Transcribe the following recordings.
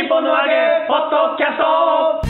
本の揚げポッドキャスト。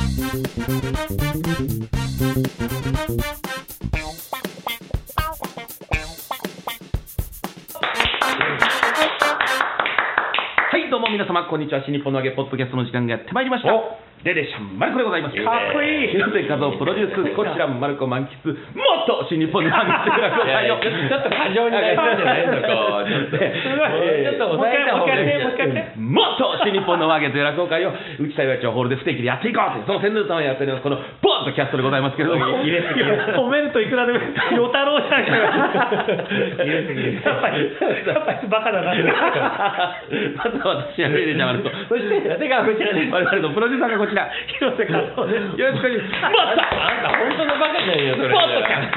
はいどうも皆様こんにちは。新日本の揚げポッドキャストの時間がやってまいりました。レレシャンマルコでございます。かっこいい。広瀬和夫プロデュースこちらマルコ満喫もっと新日本の揚げて落語会をちょっと過剰になりそうじゃないのか。ちょっと抑えた方がいい。 もっと新日本の揚げて落語会を内田岩町ホールで不定期でやっていこうというその宣伝のためにやってるこのポッドキャストでございますけれども、 入れすぎ褒めるといくらでも与太郎じゃないか。やっぱりバカだな。 まずは私はレイレちゃんマルコ、そして手がこちらです。 我々のプロデューサーがこちら広瀬和夫です。 よろしくお願いします。もっとあんた本当のバカじゃんよそれ。 ポッドキャス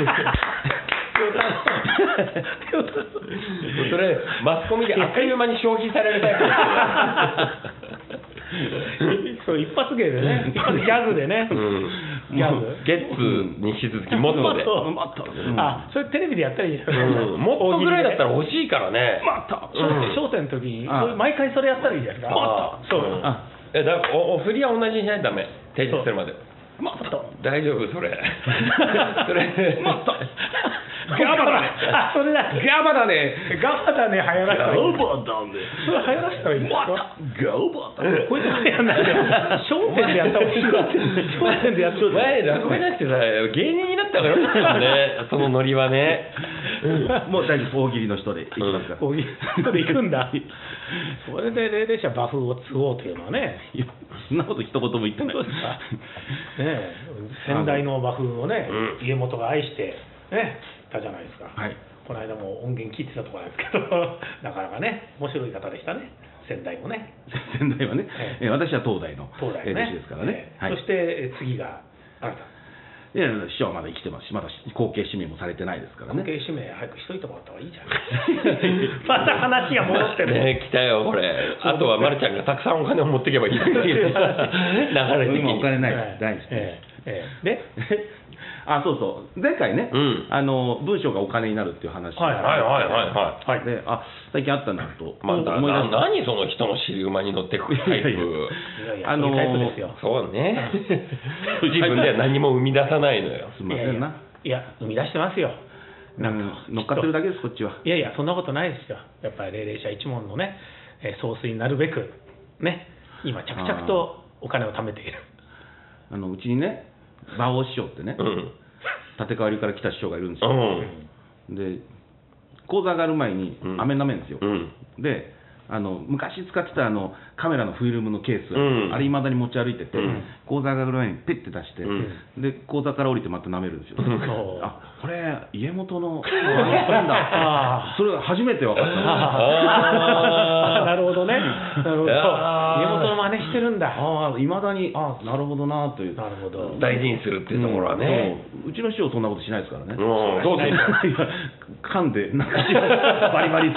トそれマスコミであっという間に消費されるタイプそう一発芸でね、一発ギャグでね、ギャグゲッツに引き続きもっとでもっとあ、それテレビでやったらいいじゃん。 もっとぐらいだったら欲しいからね。 もっと笑点の時に毎回それやったらいいじゃないですか。 もっとそうだからお振りは同じにしないとダメ。提出するまでもっと大丈夫それそれもっとガバだね。 あ、それだ。 ガバだね。 ガバだね流行らしたらいい。 ガバだね。 それ流行らしたらいいんですか。 ガバだね。 こういうとこでやんないで。笑点でやった方がいい。笑点でやって。 前落語じゃなくてさ芸人になった方がよかったよね。そのノリはね。 もう大丈夫。大喜利の人でいきますから。 大喜利の人で行くんだ。それで霊霊者馬風を継ごうというのはね。 いやそんなこと一言も言ってない。 本当ですか。ね、先代の馬風をね、家元が愛してね、たじゃないですか。 はい。 この間も音源聞いてたところなんですけど、なかなかね、面白い方でしたね。先代もね。 先代はね。私は東大の弟子東大ね。 ですからね。 そして次があなた。 いや師匠はまだ生きてますし、まだ後継指名もされてないですからね。 後継指名早くしといてもらった方がいいじゃん。また話が戻ってる。 ね来たよこれ。あとはまるちゃんがたくさんお金を持っていけばいいっていう流れ的に。 今お金ないです。大事で、 あ、そうそう。前回ね、文章がお金になるっていう話はいで、あ、最近あったなとまた思い出した。 何その人の尻馬に乗ってくるタイプ。 いやいやそういうタイプですよ。 そうね。自分では何も生み出さないのよ。 すみませんな。 いや生み出してますよ。 なんか乗っかってるだけですこっちは。 いやいやそんなことないですよ。やっぱり霊霊者一門のね、総帥になるべくね、今着々とお金を貯めている。 うちにね、馬王師匠ってね、立川流から来た師匠がいるんですよ。で講座上がる前に飴舐めるんですよ。で昔使ってたカメラのフィルムのケース、あれいまだに持ち歩いてて、講座上がる前にペッて出して、で講座から降りてまた舐めるんですよ。あ、これ家元のなんだ。それ初めて分かった。 なるほどね。なるほど。家元の真似してるんだ。 いまだになるほどなという。 なるほど。 大事にするっていうところはね。 うちの師匠そんなことしないですからね。 そうです。 噛んでなんかバリバリって。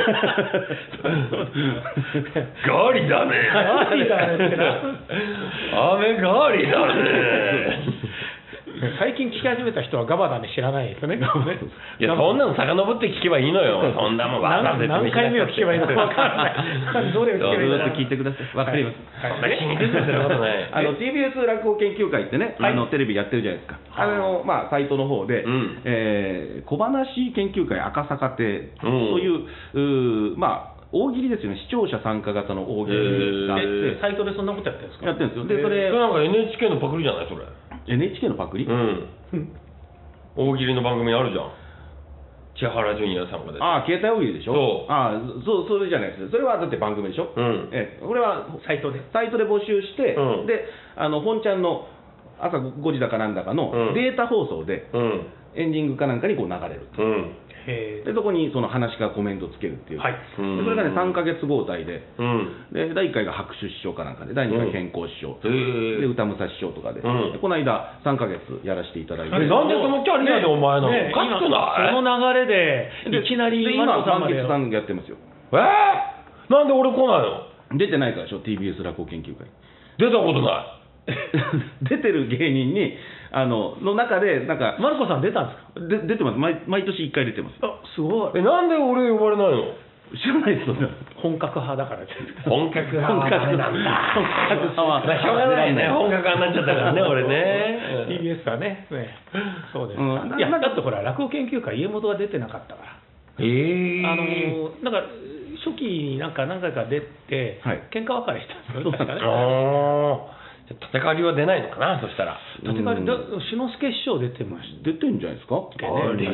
ガリだね。 ガリだねってな。 雨ガリだね。 最近聞き始めた人はガバだね知らないですよね。 いやそんなの遡って聞けばいいのよ。そんなもん何回目を聞けばいいのか分からない。どれを聞けばいいのか。 聞いてください。わかります。 そんな気にすることない。 TBS 落語研究会ってね、テレビやってるじゃないですか。まあサイトの方で小話研究会赤坂亭というまあ大喜利ですよね。視聴者参加型の大喜利があって、 サイトでそんなことやってるんですか。 やってるんですよ。でそれなんか NHK のパクリじゃないそれ。 NHK のパクリ？ 大喜利の番組あるじゃん。千原ジュニアさんが出て。 携帯大喜利でしょ。それじゃないです。それはだって番組でしょ。これはサイトで募集して、で本ちゃんの朝5時だかなんだかのデータ放送でエンディングかなんかにこう流れる。でそこにその話家がコメントつけるっていう、それがね3ヶ月交代で、で第1回が白手師匠かなんかで、第2回健康師匠、で歌武蔵師匠とかで、この間3ヶ月やらせていただいて、 なんでそのキャリアでお前なのおかしくない？ その流れでいきなり今満喫さんがやってますよ。 なんで俺来ないの？出てないからでしょ TBS 落語研究会。 出たことない。 出てる芸人にの中でなんかマルコさん出たんですか？ 出てます。毎年1回出てます。 すごい。 なんで俺呼ばれないの？ 知らないですよね。 本格派だから。 本格派はダメなんだ。本格派はしょうがないね。本格派になっちゃったからね、俺ね。 TBS はね。そうです。いや、だってほら落語研究会家元が出てなかったから。なんか初期になんか何回か出て喧嘩別れしたんですよ。確かね。 立川流は出ないのかな、そしたら。 立川流、志の輔師匠出てました。 出てんじゃないですか。 あれ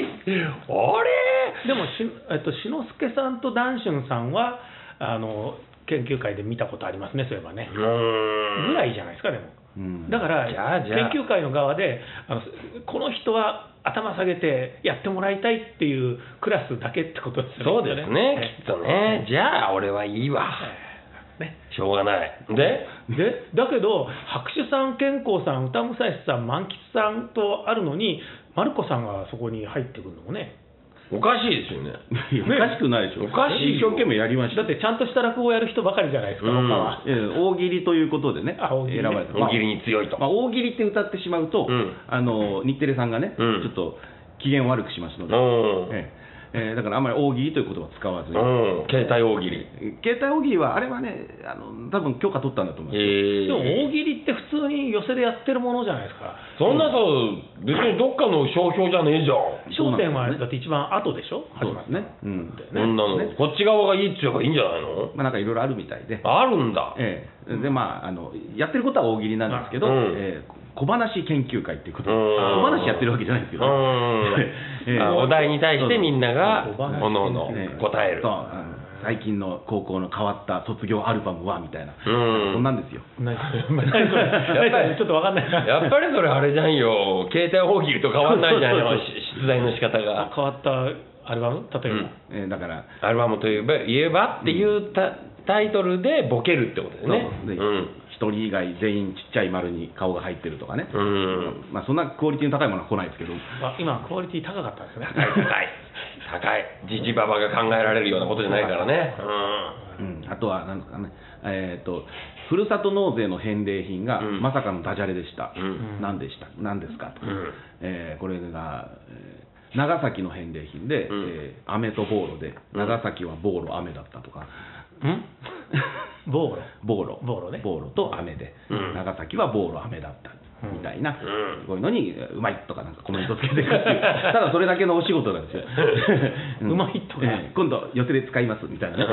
でも志の輔さんと談春さんは研究会で見たことありますね、そういえばね。ぐらいじゃないですか、でも。だから研究会の側でこの人は頭下げてやってもらいたいっていうクラスだけってことですよね。 そうですね、きっとね。じゃあ俺はいいわ。しょうがない。でだけど白手さん、健康さん、歌武蔵さん、満吉さんとあるのにマルコさんがそこに入ってくるのもね、 おかしいですよね。 おかしくないでしょ。 おかしい。 一生懸命やりました。 だってちゃんとした落語をやる人ばかりじゃないですか、他は。 大喜利ということでね、選ばれた。 大喜利に強いと。 大喜利って歌ってしまうと、日テレさんがね、ちょっと機嫌悪くしますので。だからあんまり大喜利という言葉を使わずに、 携帯大喜利。 携帯大喜利はあれはね、多分許可取ったんだと思います。 でも大喜利って普通に寄席でやってるものじゃないですか。 そんなさ、別にどっかの商標じゃねえじゃん。 笑点はだって一番後でしょ、始まってね。 そんなのこっち側がいいって言えばいいんじゃないの。 なんかいろいろあるみたいで。 あるんだ。 でやってることは大喜利なんですけど、小話研究会っていうことで、小話やってるわけじゃないですけど、 お題に対してみんながおのおの答える。 最近の高校の変わった卒業アルバムはみたいな、そんなんですよ。 ちょっとわかんない。 やっぱりそれあれじゃんよ、携帯大喜利と変わんないじゃんよ、出題の仕方が。 変わったアルバム、例えば、 だからアルバムといえばっていうタイトルでボケるってことですね。 一人以外全員ちっちゃい丸に顔が入ってるとかね。そんなクオリティの高いものは来ないですけど。 今クオリティ高かったですね。 高い。ジジババが考えられるようなことじゃないからね。 あとはなんですかね、ふるさと納税の返礼品がまさかのダジャレでした。何ですかと。これが長崎の返礼品で飴とボーロで、長崎はボーロ飴だったとか。 ボーロと飴で、長崎はボーロ飴だったみたいな、こういうのにうまいとかなんかコメントつけてくるっていう、ただそれだけのお仕事なんですよ。 うまいとか、 今度寄せで使いますみたいなね。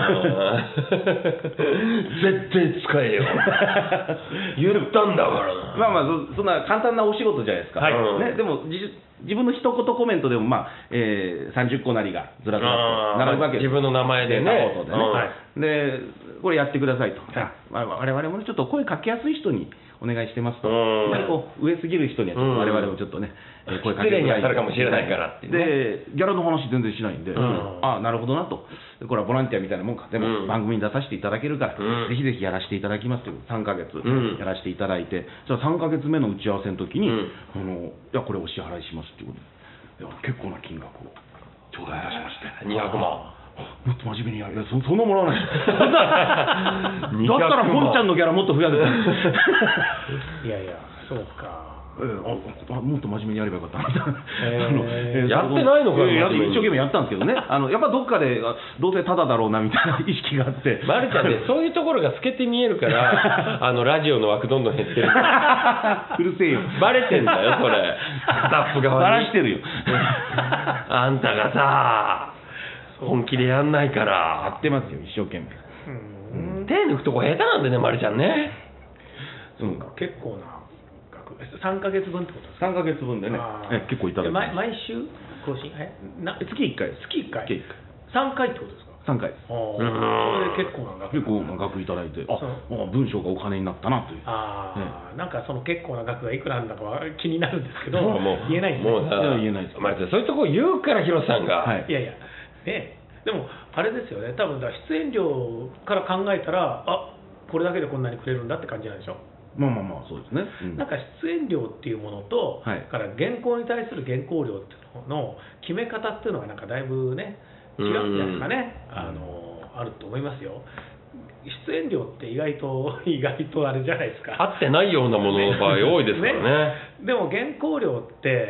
絶対使えよ。言ったんだからな。 そんな簡単なお仕事じゃないですか。でも自分の一言コメントでも30個なりがずらずらと並ぶわけです。 自分の名前でね。 でこれやってくださいと。我々もちょっと声かけやすい人にお願いしてますと。上すぎる人には我々もちょっとね声かけてください。失礼に当たるかもしれないからってでギャラの話全然しないんで、なるほどなと。これはボランティアみたいなもんか。でも番組に出させていただけるからぜひぜひやらせていただきますという3ヶ月やらせていただいて、じゃあ3ヶ月目の打ち合わせの時にいやこれお支払いしますっていうことで、結構な金額を頂戴いたしまして、 200万。 もっと真面目にやる。そんなもらわないでしょ。だったらポンちゃんのギャラもっと増やせた。 いやいや、そうか。 もっと真面目にやればよかったな。 やってないのかよ。 一生懸命やったんですけどね。やっぱどっかでどうせタダだろうなみたいな意識があって。 マルちゃんね、そういうところが透けて見えるからラジオの枠どんどん減ってる。 うるせえよ。 バレてんだよそれ。スタッフ側に。 バラしてるよ。 あんたがさ本気でやんないからやってますよ、一生懸命。 手抜くとこ下手なんでね、まるちゃんね。 そうか、結構な額。3ヶ月分ってことですか。 3ヶ月分でね、結構いただいて。 毎週更新？ 月1回です。 月1回。3回ってことですか。 3回です。 それで結構な額。 結構な額いただいて、文章がお金になったなという。 なんかその結構な額がいくらなんだかは気になるんですけど、言えないんですよ。 言えないです。 そういうとこ言うからヒロさんが。 いやいや。でもあれですよね、多分出演料から考えたらこれだけでこんなにくれるんだって感じなんでしょ。 そうですね。 なんか出演料っていうものと、から原稿に対する原稿料っていうのの決め方っていうのがなんかだいぶね違うんじゃないですかね。あると思いますよ。出演料って意外とあれじゃないですか。 合ってないようなものの場合多いですからね。 でも原稿料って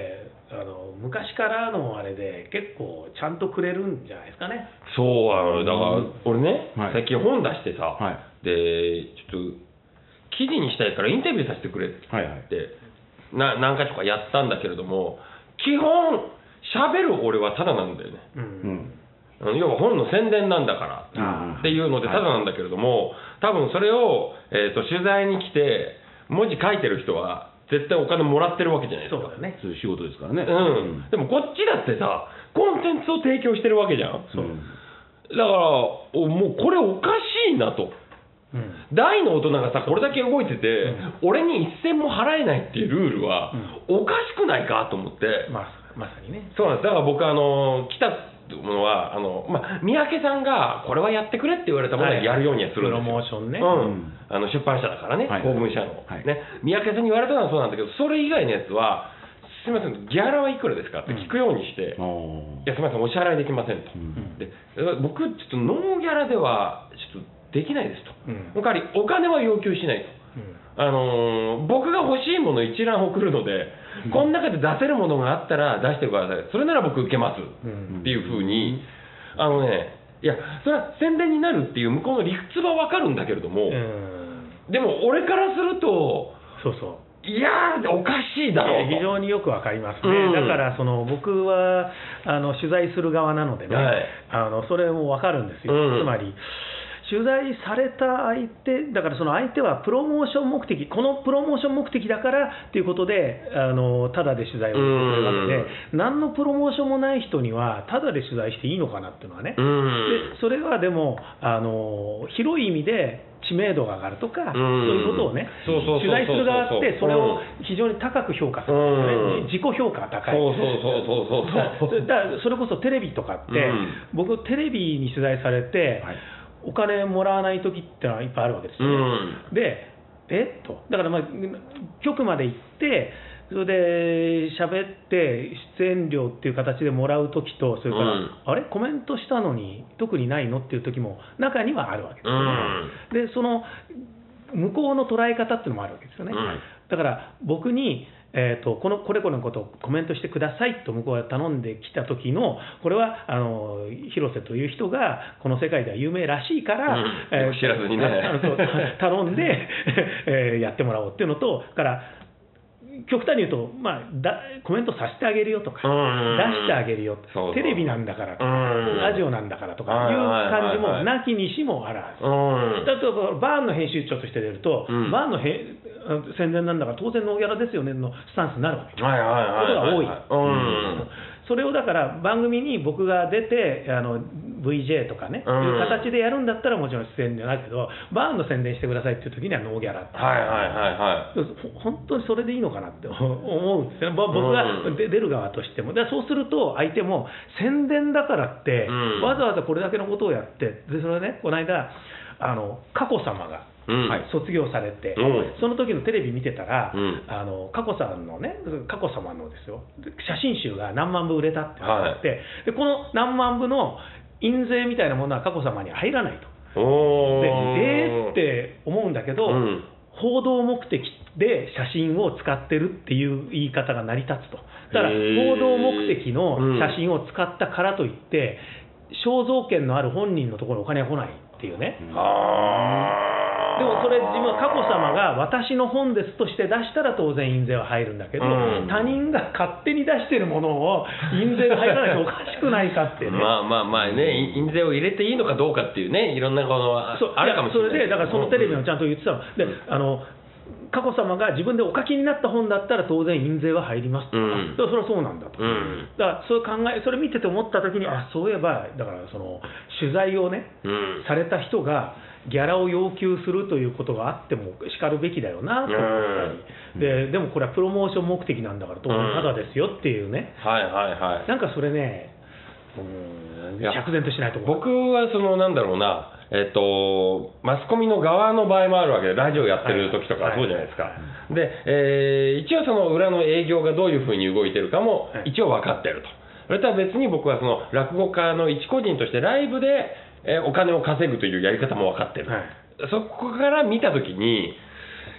昔からのあれで結構ちゃんとくれるんじゃないですかね。 そうだから俺ね、 はい最近本出してさ、 はいでちょっと記事にしたいからインタビューさせてくれって、 はいはい何回とかやったんだけれども、基本喋る俺はただなんだよね、要は本の宣伝なんだからっていうのでただなんだけれども、多分それを、取材に来て文字書いてる人は絶対お金もらってるわけじゃないですか。 そうだね。 そういう仕事ですからね。 でもこっちだってさ、コンテンツを提供してるわけじゃん。だからもうこれおかしいなと。大の大人がさこれだけ動いてて、俺に一銭も払えないっていうルールはおかしくないかと思って、 まさにね。 そうなんです。だから僕来たものは三宅さんがこれはやってくれって言われたものをやるようにはするんですよ。 プロモーションね。 出版社だからね、公文社の、ね、三宅さんに言われたのはそうなんだけど、それ以外のやつはすみません、ギャラはいくらですかって聞くようにして、いやすみません、お支払いできませんと、で僕ちょっとノーギャラではちょっとできないですと、おかわりお金は要求しないと、僕が欲しいもの一覧送るので、この中で出せるものがあったら出してください、それなら僕受けますっていうふうに、いやそれは宣伝になるっていう向こうの理屈は分かるんだけれども、でも俺からするといやおかしいだろうと。 非常によくわかりますね。だから僕は取材する側なのでね、それもわかるんですよ。つまり取材された相手だから、その相手はプロモーション目的、このプロモーション目的だからということでタダで取材をしてくれるわけで、何のプロモーションもない人にはタダで取材していいのかなっていうのはね、でそれはでも広い意味で知名度が上がるとか、そういうことをね、取材する側ってそれを非常に高く評価するんですね。自己評価が高い。だからそれこそテレビとかって、僕テレビに取材されて、お金もらわない時ってのはいっぱいあるわけですよね。でだから局まで行ってそれで喋って出演料っていう形でもらう時と、それからあれコメントしたのに特にないのっていう時も中にはあるわけですよね。でその向こうの捉え方っていうのもあるわけですよね。だから僕にこれのことをコメントしてくださいと向こうが頼んできた時の、これは広瀬という人がこの世界では有名らしいから、 知らずにね頼んでやってもらおうっていうのと、から極端に言うと、コメントさせてあげるよとか、出してあげるよ、テレビなんだからとか、ラジオなんだからとかいう感じもなきにしもあらず。例えばバーンの編集長として出ると、バーンの宣伝なんだから当然ノーギャラですよねのスタンスになるわけ、ことが多い。それをだから番組に僕が出てVJ とかね、いう形でやるんだったらもちろん出演じゃないけど、バーンの宣伝してくださいっていう時にはノーギャラって、本当にそれでいいのかなって思うんですよね、僕が出る側としても。でそうすると相手も宣伝だからって、わざわざこれだけのことをやって、でそれね、この間佳子さまが卒業されて、その時のテレビ見てたら、佳子さんのね、佳子さまのですよ、写真集が何万部売れたってなって、でこの何万部の印税みたいなものは佳子さまには入らないと。でって思うんだけど、報道目的で写真を使ってるっていう言い方が成り立つと。だから報道目的の写真を使ったからといって肖像権のある本人のところにお金が来ないっていうね。でもそれ自分は佳子さまが私の本ですとして出したら当然印税は入るんだけど、他人が勝手に出してるものを印税が入らないとおかしくないかってね。 印税を入れていいのかどうかっていうね、いろんなことはあるかもしれない。 それでだからそのテレビもちゃんと言ってたので、佳子さまが自分でお書きになった本だったら当然印税は入りますとか、それはそうなんだと、だからそういう考え、それ見てて思った時に、そういえばだからその取材をね、された人がギャラを要求するということがあってもしかるべきだよなと思ったり、でもこれはプロモーション目的なんだから当然ただですよっていうね、なんかそれね、釈然としないところ。 僕はなんだろうな、マスコミの側の場合もあるわけで、ラジオやってる時とかそうじゃないですか。で、一応その裏の営業がどういうふうに動いてるかも一応分かってると。それとは別に僕はその落語家の一個人としてライブでお金を稼ぐというやり方も分かってる、そこから見た時に、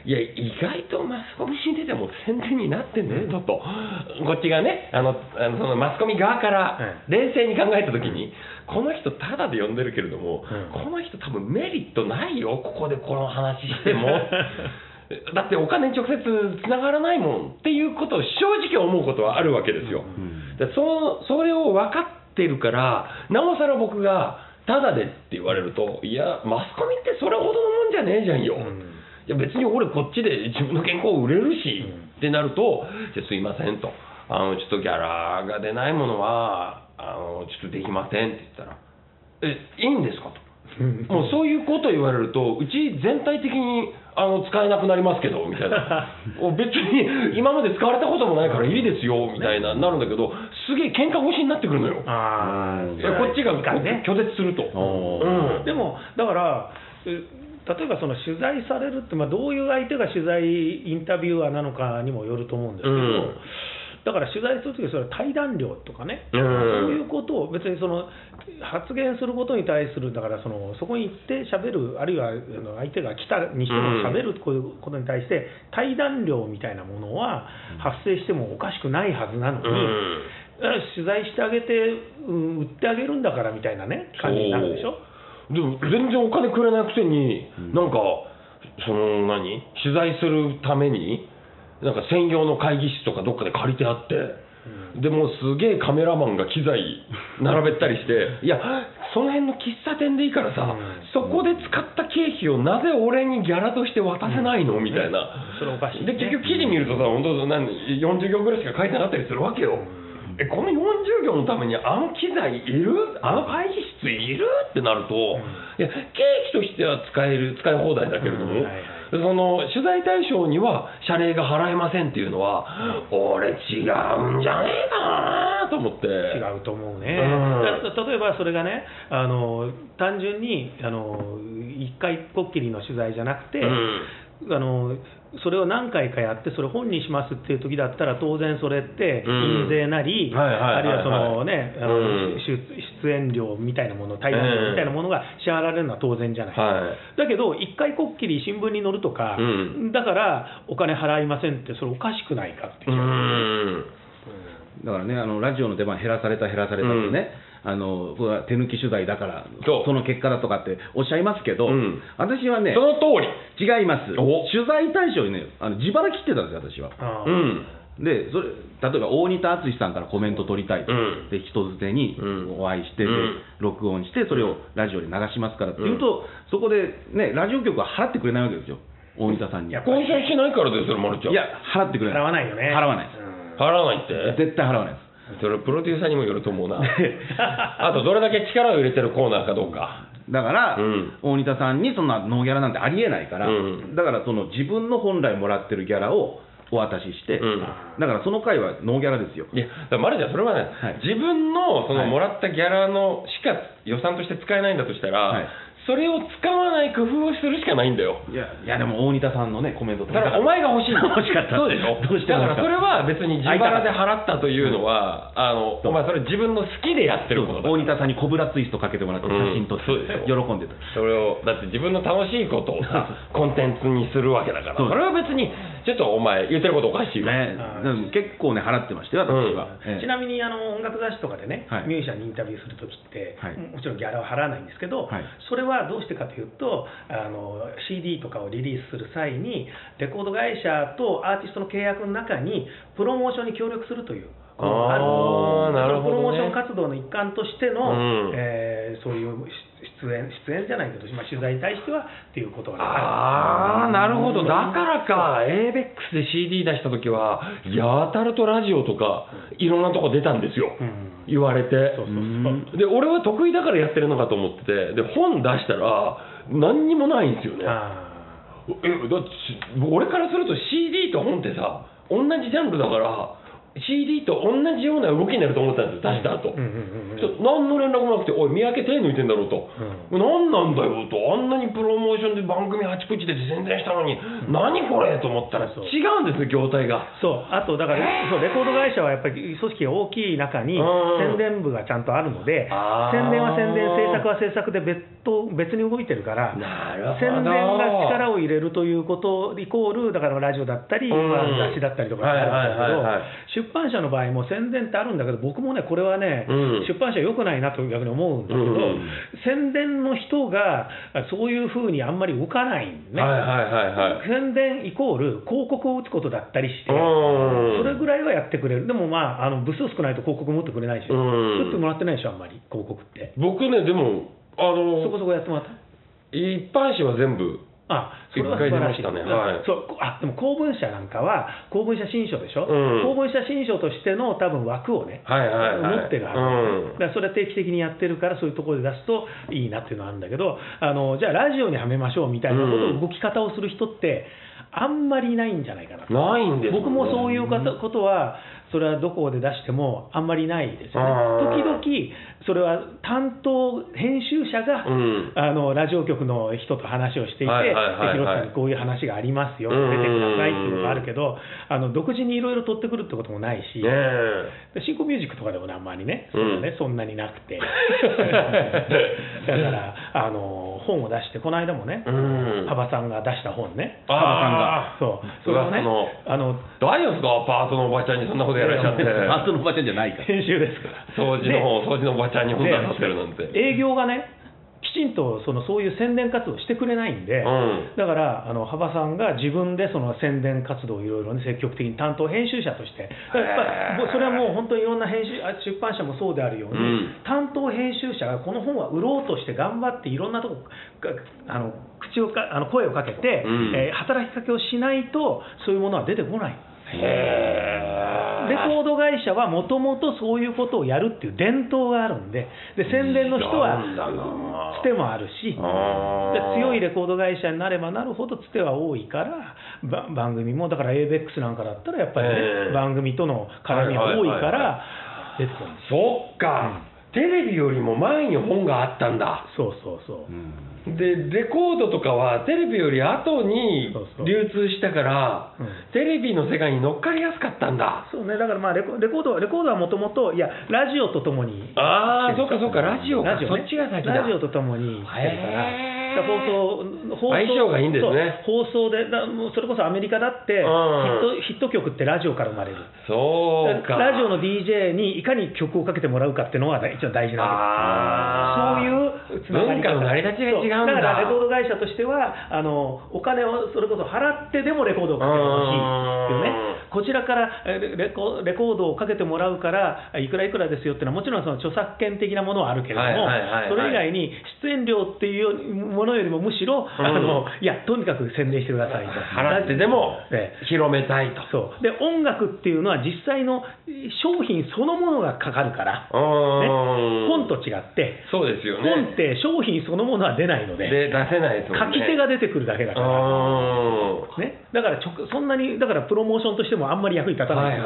いや、意外とマスコミに出ても宣伝になってんだよ、ちょっと。こっちがね、そのマスコミ側から冷静に考えたときに、この人タダで呼んでるけれども、この人多分メリットないよ、ここでこの話しても。だってお金に直接つながらないもんっていうことを正直思うことはあるわけですよ。でそれを分かってるから、なおさら僕がタダでって言われると、いや、マスコミってそれほどのもんじゃねえじゃんよ。いや別に俺こっちで自分の原稿売れるし、ってなると、じゃすいませんと、ちょっとギャラが出ないものはちょっとできませんって言ったら、いいんですかと。もうそういうこと言われると、うち全体的に使えなくなりますけどみたいな別に今まで使われたこともないからいいですよみたいななるんだけど、すげえ喧嘩腰になってくるのよ。こっちが拒絶すると。 でもだから例えばその取材されるって、どういう相手が取材インタビュアーなのかにもよると思うんですけど、だから取材するときはそれは対談料とかね、そういうことを別にその発言することに対する、だからそこに行ってしゃべる、あるいは相手が来たにしてもしゃべることに対して対談料みたいなものは発生してもおかしくないはずなのに、取材してあげて売ってあげるんだからみたいなね感じになるでしょ。 でも全然お金くれないくせに、なんか取材するためになんか専用の会議室とかどっかで借りてあって、でもすげえカメラマンが機材並べたりしていやその辺の喫茶店でいいからさ、そこで使った経費をなぜ俺にギャラとして渡せないのみたいな。 それおかしいね。 で結局記事見るとさ、本当40行ぐらいしか書いてなかったりするわけよ。この40行のために機材いる？会議室いる？ってなると、いや経費としては使い放題だけれども、その取材対象には謝礼が払えませんっていうのは、俺違うんじゃねえかなと思って。 違うと思うね。例えばそれがね、単純に一回こっきりの取材じゃなくて、それを何回かやってそれ本にしますっていう時だったら、当然それって印税なり、あるいはそのね出演料みたいなもの、対談料みたいなものが支払われるのは当然じゃない、だけど一回こっきり新聞に載るとか、だからお金払いませんって、それおかしくないかっていう。 だからね、ラジオの出番減らされたってね、これは手抜き取材だからその結果だとかっておっしゃいますけど、私はね、 その通り違います。取材対象にね、自腹切ってたんですよ、私は。で例えば大仁田敦さんからコメント取りたいと、で人づてにお会いして、録音して、それをラジオで流しますからっていうと、そこでね、ラジオ局は払ってくれないわけですよ、大仁田さんに。 交渉しないからですよ、まるちゃん。 いや、払ってくれない。 払わないよね。 払わないです。 払わないって？ 絶対払わないです。 それプロデューサーにもよると思うな。あとどれだけ力を入れてるコーナーかどうか。 だから、大仁田さんにそんなノーギャラなんてありえないから、だからその自分の本来もらってるギャラをお渡しして、だからその回はノーギャラですよ。 いや、マルちゃん、それはね、自分のそのもらったギャラのしか予算として使えないんだとしたら、それを使わない工夫をするしかないんだよ。 いやでも大仁田さんのねコメントだからお前が欲しいの。 欲しかった。 そうでしょ。だからそれは別に自腹で払ったというのは、お前それ自分の好きでやってることだ。 大仁田さんにコブラツイストかけてもらって写真撮って喜んでた。 それをだって自分の楽しいことをさコンテンツにするわけだから、それは別にちょっとお前言ってることおかしいよね。 結構ね払ってましたよ、私は。 ちなみに音楽雑誌とかでね、ミュージシャンにインタビューするときって、もちろんギャラは払わないんですけど、それはどうしてかというと、CD とかをリリースする際にレコード会社とアーティストの契約の中にプロモーションに協力するというプロモーション活動の一環としての、そういう出演じゃないけど、取材に対してはっていうことがある。なるほど。だからか ABEX で CD 出した時はやたらとラジオとかいろんなとこ出たんですよ、言われて。で俺は得意だからやってるのかと思ってて、で本出したら何にもないんですよね。だって俺からすると CD と本ってさ同じジャンルだから、CD と同じような動きになると思ったんですよ、出した後。何の連絡もなくて、おい、三宅手抜いてんだろうと、何なんだよと、あんなにプロモーションで番組あちこちで宣伝したのに、何これと思ったら、違うんですよ、業態が。 そう、あとだから、レコード会社はやっぱり組織が大きい中に、宣伝部がちゃんとあるので、宣伝は宣伝、制作は制作で別と別に動いてるから、宣伝が力を入れるということイコール、だからラジオだったり、雑誌だったりとかあるんだけど、出版社の場合も宣伝ってあるんだけど、僕もね、これはね、出版社良くないなと逆に思うんだけど、宣伝の人がそういうふうにあんまり動かないんね。宣伝イコール広告を打つことだったりして、それぐらいはやってくれる。でも部数少ないと広告も打ってくれないし、打ってもらってないでしょ、あんまり広告って。 僕ね、でもそこそこやってもらった。 一般紙は全部それは素晴らしいね。でも公文社なんかは公文社新書でしょ、公文社新書としての多分枠をね、持ってるはず、だからそれは定期的にやってるから、そういうところで出すといいなっていうのはあるんだけど、じゃあラジオにはめましょうみたいな動き方をする人ってあんまりいないんじゃないかな。 ないんですね。 僕もそういうことは、それはどこで出してもあんまりないですよね。時々それは担当編集者が、ラジオ局の人と話をしていて、広瀬さんにこういう話がありますよ、出てくださいっていうのがあるけど、独自にいろいろ取ってくるってこともないし、新興ミュージックとかでもあんまりね、そんなになくて、だから本を出して、この間もね、幅さんが出した本ね、幅さんが、それをね、 大丈夫ですか、パートのおばちゃんにそんなことやられちゃって。 パートのおばちゃんじゃないから、 編集ですから、 掃除のおばちゃんに本出させてるなんて。 営業がね、きちんとそういう宣伝活動してくれないんで、だから幅さんが自分でその宣伝活動をいろいろね、積極的に担当編集者として、やっぱそれはもう本当にいろんな出版社もそうであるように、担当編集者がこの本は売ろうとして頑張っていろんなとこ声をかけて、働きかけをしないとそういうものは出てこない。レコード会社はもともとそういうことをやるっていう伝統があるんで、宣伝の人はつてもあるし、強いレコード会社になればなるほどつては多いから、番組もだから ABEX なんかだったらやっぱりね、番組との絡みが多いから出てくるんです。 そっか、テレビよりも前に本があったんだ。 そう、 でレコードとかはテレビより後に流通したから、テレビの世界に乗っかりやすかったんだ。 そうね、だからレコードはもともとラジオとともに、 そっかラジオか、そっちが先だ。 ラジオとともにしてるから、 相性がいいんですね。 放送でそれこそアメリカだってヒット曲ってラジオから生まれる。 そうか、 ラジオの DJ にいかに曲をかけてもらうかっていうのが一番大事なんです。そういうつながり方、 文化の成り立ちが違うんだ。 だからレコード会社としてはお金をそれこそ払ってでもレコードをかけてほしいっていうね、こちらからレコードをかけてもらうからいくらいくらですよっていうのはもちろんその著作権的なものはあるけれども、それ以外に出演料っていうものよりもむしろいやとにかく宣伝してくださいと、 払ってでも広めたいと。 そうで、音楽っていうのは実際の商品そのものがかかるから、本と違ってそうですよね、 本って商品そのものは出ないので、 出せないですもんね。 書き手が出てくるだけだから、ね、だからそんなにだからプロモーションとしてもあんまり役に立たない。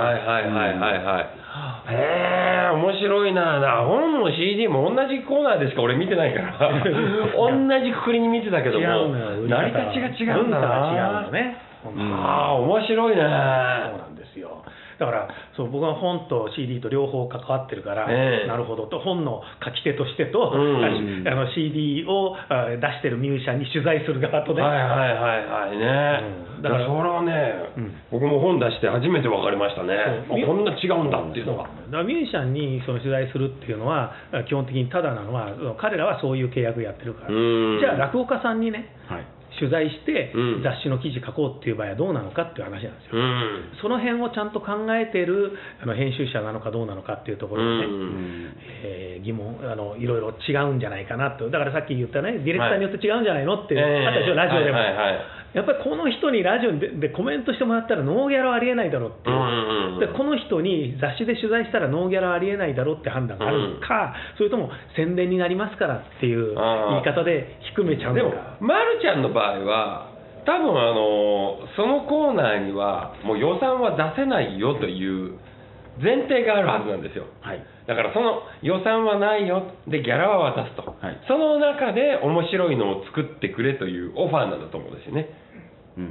面白いな。本も CD も同じコーナーでしか俺見てないから同じくくりに見てたけども成り立ちが違うんだな。 文化が違うのね。 面白いね。 そうなんですよ。だから僕は本と CD と両方関わってるから、なるほどと、本の書き手としてと、CD を出してるミュージシャンに取材する側とね。 だからそれはね、僕も本出して初めて分かりましたね。こんな違うんだっていうのが。 だからミュージシャンに取材するっていうのは基本的にタダなのは、彼らはそういう契約やってるから。じゃあ落語家さんにね、取材して雑誌の記事書こうっていう場合はどうなのかっていう話なんですよ。その辺をちゃんと考えてる編集者なのかどうなのかっていうところでね、疑問いろいろ違うんじゃないかなと。だからさっき言ったね、ディレクターによって違うんじゃないのってあったでしょ、ラジオでも。やっぱりこの人にラジオでコメントしてもらったらノーギャラはありえないだろうっていう、でこの人に雑誌で取材したらノーギャラはありえないだろうって判断があるのか、それとも宣伝になりますからっていう言い方で低めちゃうのか。 でも、まるちゃんの場合は多分そのコーナーにはもう予算は出せないよという前提があるはずなんですよ。だからその予算はないよでギャラは渡すと、その中で面白いのを作ってくれというオファーなんだと思うんですよね。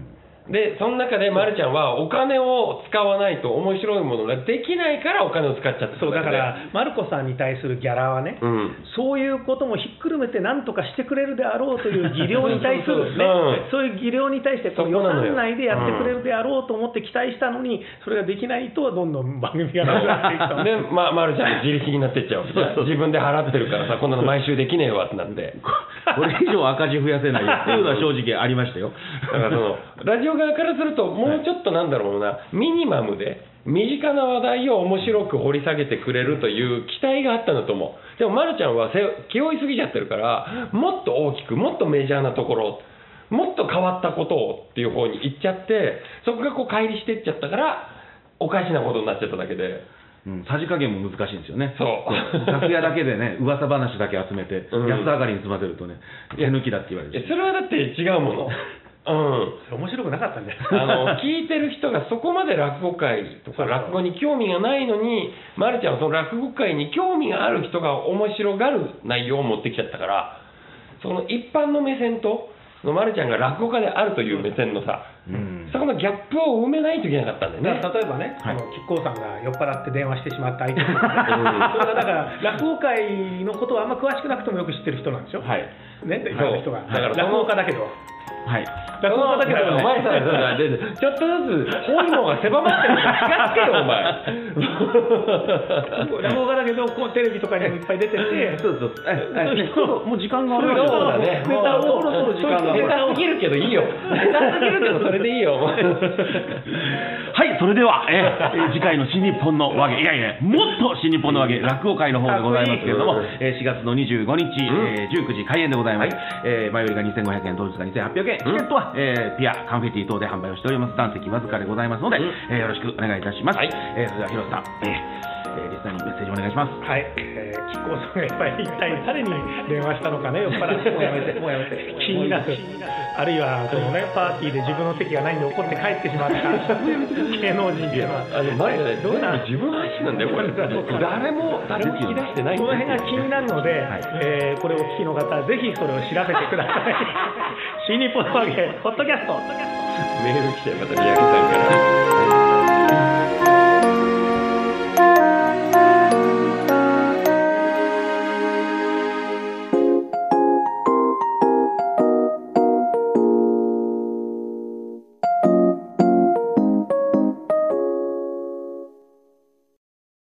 でその中でまるちゃんはお金を使わないと面白いものができないからお金を使っちゃってそうだからマルコさんに対するギャラはね、そういうこともひっくるめて何とかしてくれるであろうという技量に対するね、そういう技量に対してこの予算内でやってくれるであろうと思って期待したのに、それができないとどんどん番組がなくなっていくとで、 まるちゃん自力になっていっちゃう自分で払ってるからさ、こんなの毎週できねえわってなってこれ以上赤字増やせないっていうのは正直ありましたよ。 だからそのラジオ側からするともうちょっとなんだろうな、ミニマムで身近な話題を面白く掘り下げてくれるという期待があったんだと思う。でもまるちゃんは気負いすぎちゃってるから、もっと大きくもっとメジャーなところ、もっと変わったことをっていう方に行っちゃって、そこがこう乖離していっちゃったからおかしなことになっちゃっただけで、 さじ加減も難しいんですよね。 そう楽屋だけでね、噂話だけ集めて、安上がりに済ませるとね、手抜きだって言われる。 それはだって違うもの。 面白くなかったんだよ。 聞いてる人がそこまで落語会とか落語に興味がないのに、まるちゃんはその落語会に興味がある人が面白がる内容を持ってきちゃったから、その一般の目線とまるちゃんが落語家であるという目線のさ、そこのギャップを埋めないといけなかったんだよね。 例えばね、亀甲さんが酔っ払って電話してしまった相手とか、ね、それはだから落語界のことはあんま詳しくなくてもよく知ってる人なんでしょ。ね、いろんな人が。だから落語家だけど。落語家だけど、 お前さ、ちょっとずつ包囲網が狭まってるから気がつけよ、お前。 落語家だけど、こうテレビとかにもいっぱい出てて、 もう時間がある。 そうだね。 ネタをそろそろ時間がある。 ネタすぎるけどいいよ。ネタすぎるけどそれでいいよ。 はい、それでは次回の新日本の和芸、もっと新日本の和芸落語会の方でございますけれども、4月の25日19時開演でございます。前売りが2500円、当日が2800円。チケットはピア、カンフェティ等で販売をしております。残席わずかでございますので、よろしくお願いいたします。それでは広瀬さん、リスナーにメッセージお願いします。 はい、亀甲さんがやっぱり一体誰に電話したのかね、酔っ払って、もうやめて気になる。あるいはそのね、パーティーで自分の席がないんで怒って帰ってしまった芸能人っていうのはどうなの、自分発信なんだよこれ。誰も聞き出してない。 この辺が気になるので、これをお聞きの方はぜひそれを調べてください。新日本の和芸ポッドキャスト。 メール来てまた三宅さんから。